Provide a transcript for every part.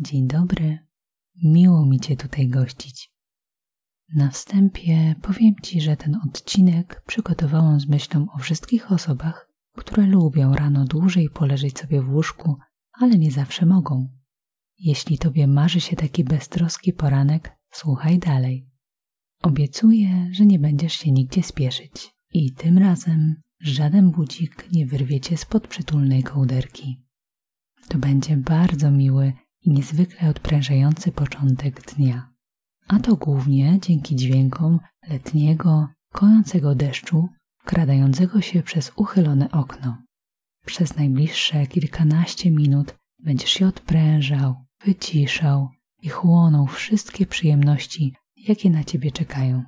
Dzień dobry, miło mi Cię tutaj gościć. Na wstępie powiem Ci, że ten odcinek przygotowałam z myślą o wszystkich osobach, które lubią rano dłużej poleżeć sobie w łóżku, ale nie zawsze mogą. Jeśli Tobie marzy się taki beztroski poranek, słuchaj dalej. Obiecuję, że nie będziesz się nigdzie spieszyć i tym razem żaden budzik nie wyrwie Cię spod przytulnej kołderki. To będzie bardzo miły i niezwykle odprężający początek dnia. A to głównie dzięki dźwiękom letniego, kojącego deszczu, wkradającego się przez uchylone okno. Przez najbliższe kilkanaście minut będziesz się odprężał, wyciszał i chłonął wszystkie przyjemności, jakie na Ciebie czekają.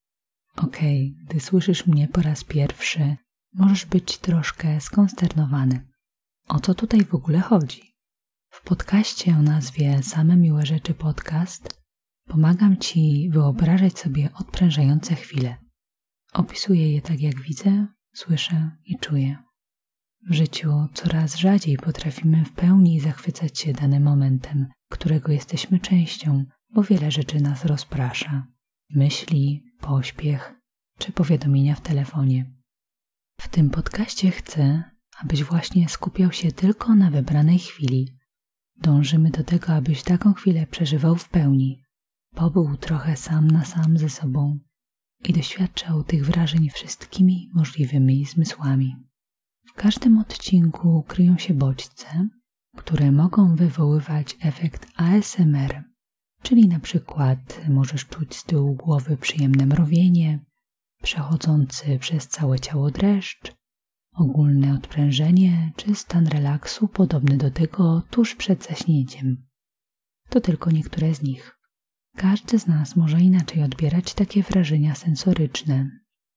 Okej, gdy słyszysz mnie po raz pierwszy, możesz być troszkę skonsternowany. O co tutaj w ogóle chodzi? W podcaście o nazwie Same Miłe Rzeczy Podcast pomagam Ci wyobrażać sobie odprężające chwile. Opisuję je tak, jak widzę, słyszę i czuję. W życiu coraz rzadziej potrafimy w pełni zachwycać się danym momentem, którego jesteśmy częścią, bo wiele rzeczy nas rozprasza. Myśli, pośpiech czy powiadomienia w telefonie. W tym podcaście chcę, abyś właśnie skupiał się tylko na wybranej chwili. Dążymy do tego, abyś taką chwilę przeżywał w pełni. Pobył trochę sam na sam ze sobą i doświadczał tych wrażeń wszystkimi możliwymi zmysłami. W każdym odcinku kryją się bodźce, które mogą wywoływać efekt ASMR, czyli na przykład możesz czuć z tyłu głowy przyjemne mrowienie, przechodzący przez całe ciało dreszcz, ogólne odprężenie czy stan relaksu podobny do tego tuż przed zaśnięciem. To tylko niektóre z nich. Każdy z nas może inaczej odbierać takie wrażenia sensoryczne.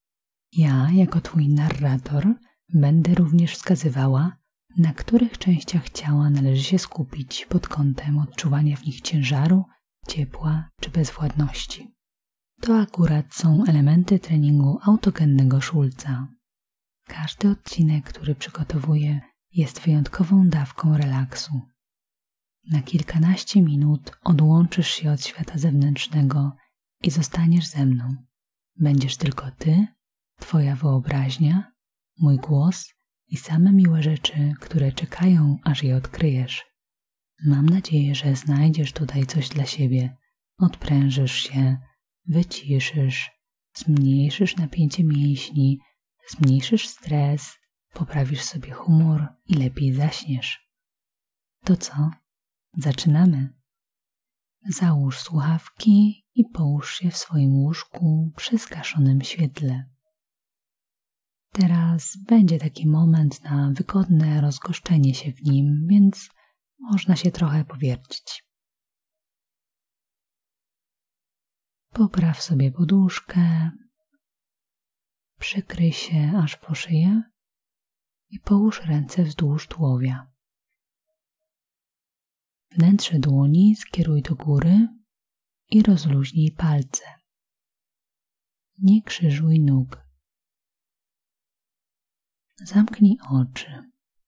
Ja, jako Twój narrator, będę również wskazywała, na których częściach ciała należy się skupić pod kątem odczuwania w nich ciężaru, ciepła czy bezwładności. To akurat są elementy treningu autogennego Schulza. Każdy odcinek, który przygotowuję, jest wyjątkową dawką relaksu. Na kilkanaście minut odłączysz się od świata zewnętrznego i zostaniesz ze mną. Będziesz tylko Ty, Twoja wyobraźnia, mój głos i same miłe rzeczy, które czekają, aż je odkryjesz. Mam nadzieję, że znajdziesz tutaj coś dla siebie, odprężysz się, wyciszysz, zmniejszysz napięcie mięśni, zmniejszysz stres, poprawisz sobie humor i lepiej zaśniesz. To co? Zaczynamy. Załóż słuchawki i połóż się w swoim łóżku przy zgaszonym świetle. Teraz będzie taki moment na wygodne rozgoszczenie się w nim, więc można się trochę powiercić. Popraw sobie poduszkę, przykryj się aż po szyję i połóż ręce wzdłuż tułowia. Wnętrze dłoni skieruj do góry i rozluźnij palce. Nie krzyżuj nóg. Zamknij oczy.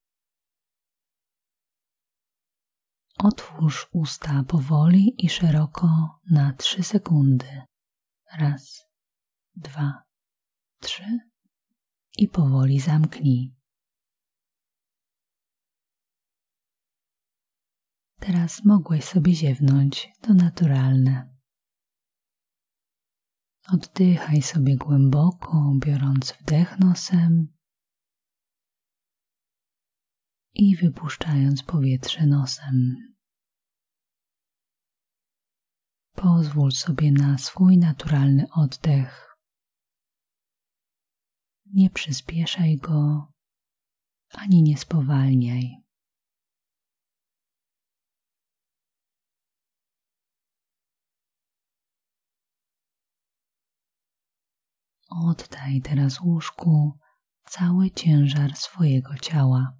Otwórz usta powoli i szeroko na 3 sekundy. 1, 2, 3 i powoli zamknij. Teraz mogłeś sobie ziewnąć, to naturalne. Oddychaj sobie głęboko, biorąc wdech nosem i wypuszczając powietrze nosem. Pozwól sobie na swój naturalny oddech. Nie przyspieszaj go, ani nie spowalniaj. Oddaj teraz łóżku cały ciężar swojego ciała.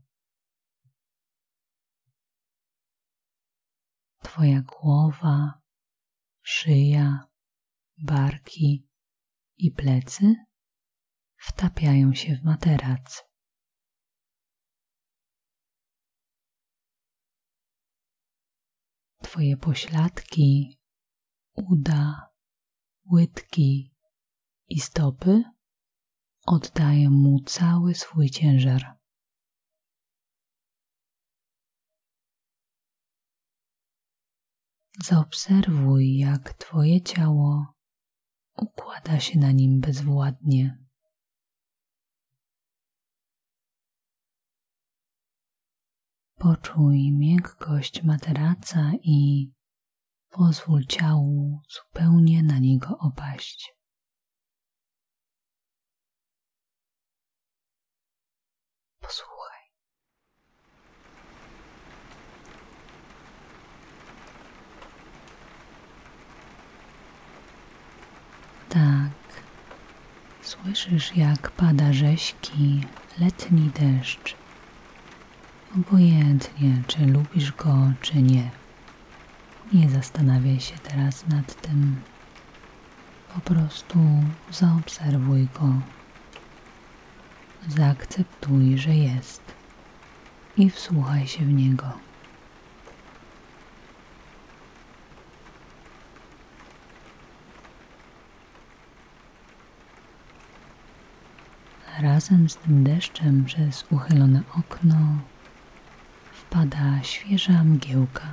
Twoja głowa, szyja, barki i plecy wtapiają się w materac. Twoje pośladki, uda, łydki i stopy oddają mu cały swój ciężar. Zaobserwuj, jak Twoje ciało układa się na nim bezwładnie. Poczuj miękkość materaca i pozwól ciału zupełnie na niego opaść. Posłuchaj. Tak, słyszysz, jak pada rześki letni deszcz. Obojętnie, czy lubisz go, czy nie. Nie zastanawiaj się teraz nad tym. Po prostu zaobserwuj go. Zaakceptuj, że jest i wsłuchaj się w niego. Razem z tym deszczem przez uchylone okno wpada świeża mgiełka.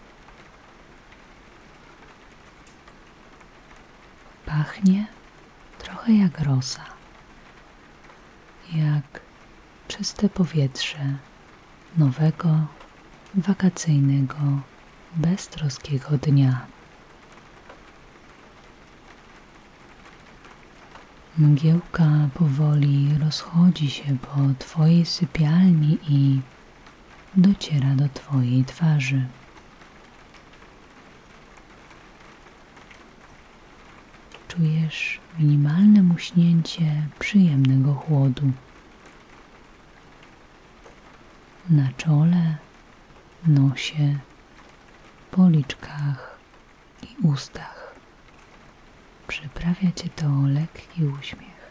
Pachnie trochę jak rosa, jak czyste powietrze nowego, wakacyjnego, beztroskiego dnia. Mgiełka powoli rozchodzi się po Twojej sypialni i dociera do Twojej twarzy. Czujesz minimalne muśnięcie przyjemnego chłodu na czole, nosie, policzkach i ustach. Przyprawia Cię to lekki uśmiech.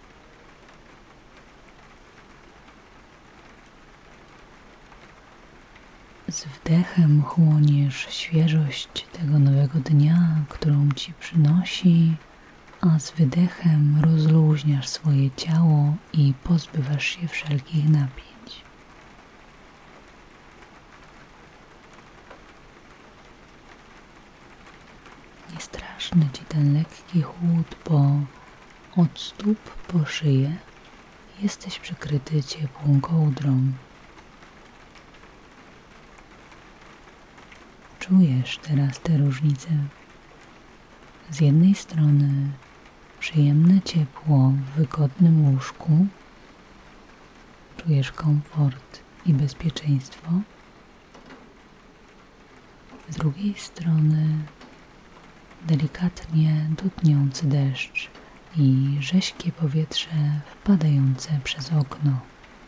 Z wdechem chłoniesz świeżość tego nowego dnia, którą Ci przynosi, a z wydechem rozluźniasz swoje ciało i pozbywasz się wszelkich napięć. Niestraszny Ci ten lekki chłód, bo od stóp po szyję jesteś przykryty ciepłą kołdrą. Czujesz teraz tę różnicę. Z jednej strony przyjemne ciepło w wygodnym łóżku, czujesz komfort i bezpieczeństwo. Z drugiej strony delikatnie dudniący deszcz i rześkie powietrze wpadające przez okno.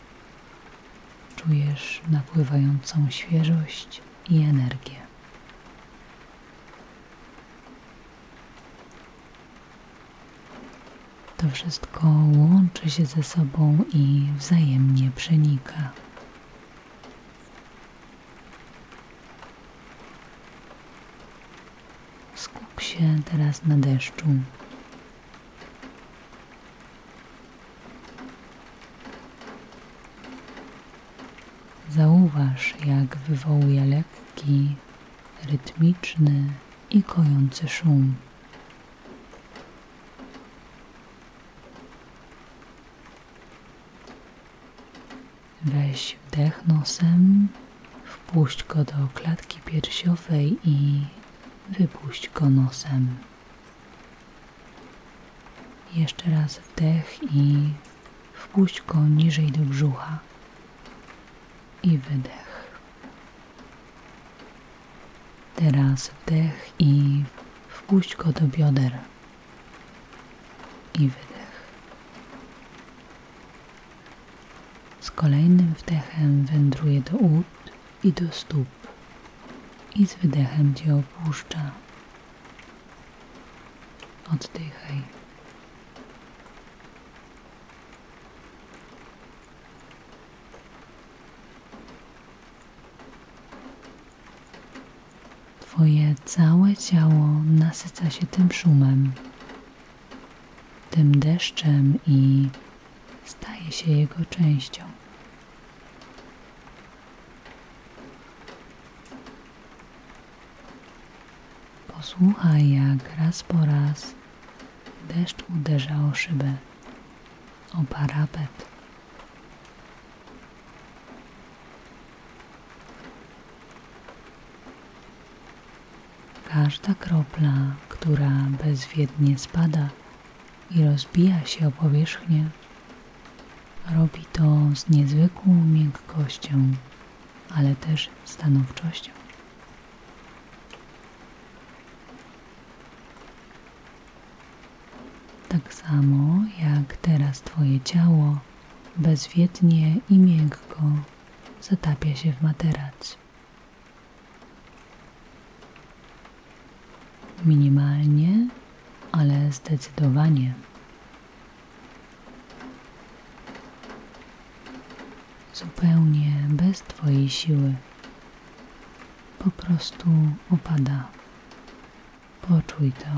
Czujesz napływającą świeżość i energię. To wszystko łączy się ze sobą i wzajemnie przenika. Skup się teraz na deszczu. Zauważ, jak wywołuje lekki, rytmiczny i kojący szum. Weź wdech nosem, wpuść go do klatki piersiowej i wypuść go nosem. Jeszcze raz wdech i wpuść go niżej do brzucha i wydech. Teraz wdech i wpuść go do bioder i wydech. Z kolejnym wdechem wędruje do ud i do stóp i z wydechem Cię opuszcza. Oddychaj. Twoje całe ciało nasyca się tym szumem, tym deszczem i staje się jego częścią. Posłuchaj, jak raz po raz deszcz uderza o szybę, o parapet. Każda kropla, która bezwiednie spada i rozbija się o powierzchnię, robi to z niezwykłą miękkością, ale też stanowczością. Tak samo jak teraz Twoje ciało bezwiednie i miękko zatapia się w materac. Minimalnie, ale zdecydowanie. Zupełnie bez Twojej siły. Po prostu opada. Poczuj to.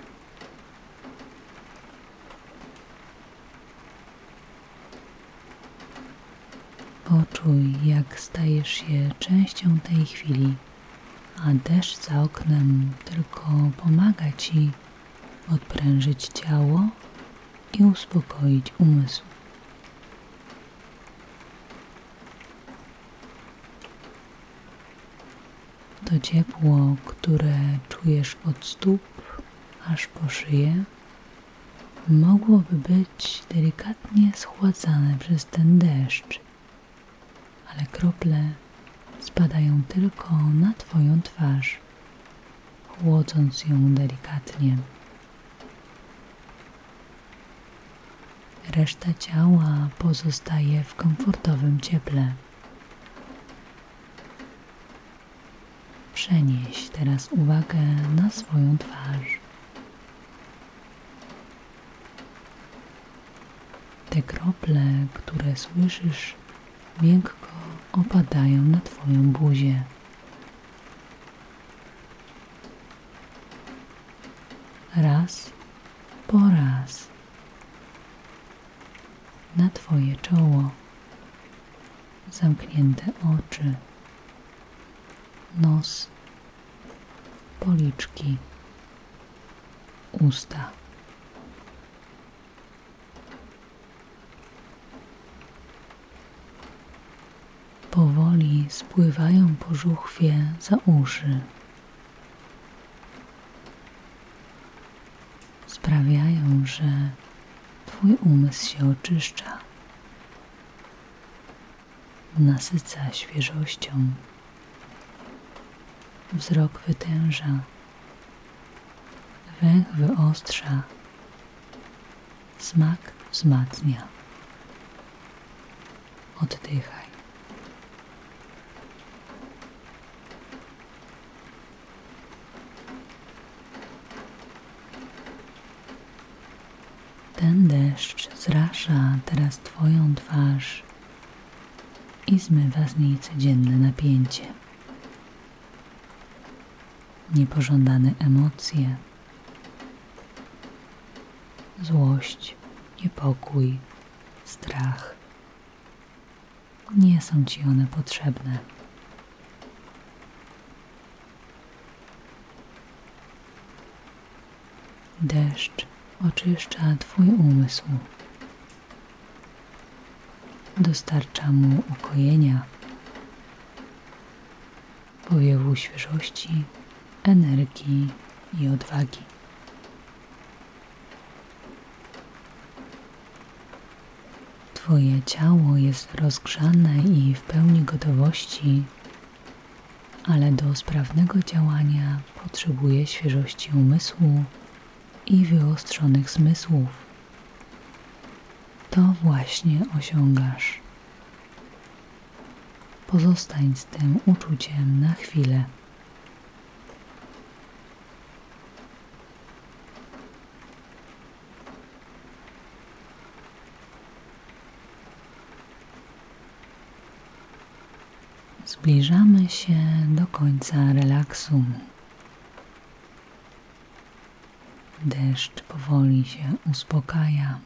Poczuj, jak stajesz się częścią tej chwili, a deszcz za oknem tylko pomaga Ci odprężyć ciało i uspokoić umysł. To ciepło, które czujesz od stóp aż po szyję, mogłoby być delikatnie schładzane przez ten deszcz, ale krople spadają tylko na Twoją twarz, chłodząc ją delikatnie. Reszta ciała pozostaje w komfortowym cieple. Przenieś teraz uwagę na swoją twarz. Te krople, które słyszysz, miękko opadają na Twoją buzię. Raz po raz na Twoje czoło, zamknięte oczy, nos, policzki, usta. Powoli spływają po żuchwie za uszy. Sprawiają, że Twój umysł się oczyszcza, nasyca świeżością, wzrok wytęża, węch wyostrza, smak wzmacnia. Oddychaj. Ten deszcz zrasza teraz Twoją twarz i zmywa z niej codzienne napięcie, niepożądane emocje, złość, niepokój, strach. Nie są Ci one potrzebne. Deszcz oczyszcza Twój umysł, dostarcza mu ukojenia, powiewu świeżości, energii i odwagi. Twoje ciało jest rozgrzane i w pełni gotowości, ale do sprawnego działania potrzebuje świeżości umysłu i wyostrzonych zmysłów. To właśnie osiągasz. Pozostań z tym uczuciem na chwilę. Zbliżamy się do końca relaksu. Deszcz powoli się uspokaja.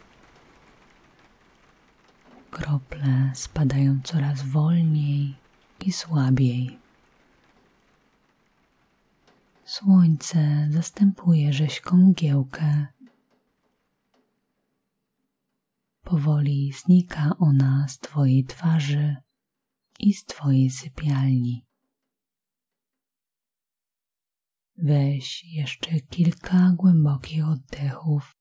Krople spadają coraz wolniej i słabiej. Słońce zastępuje rześką mgiełkę. Powoli znika ona z twojej twarzy i z twojej sypialni. Weź jeszcze kilka głębokich oddechów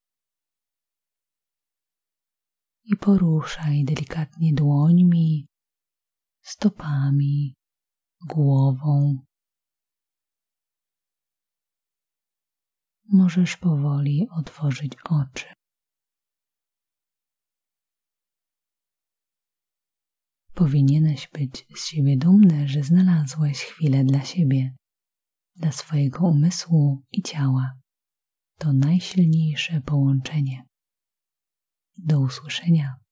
i poruszaj delikatnie dłońmi, stopami, głową. Możesz powoli otworzyć oczy. Powinieneś być z siebie dumny, że znalazłeś chwilę dla siebie, dla swojego umysłu i ciała. To najsilniejsze połączenie. Do usłyszenia.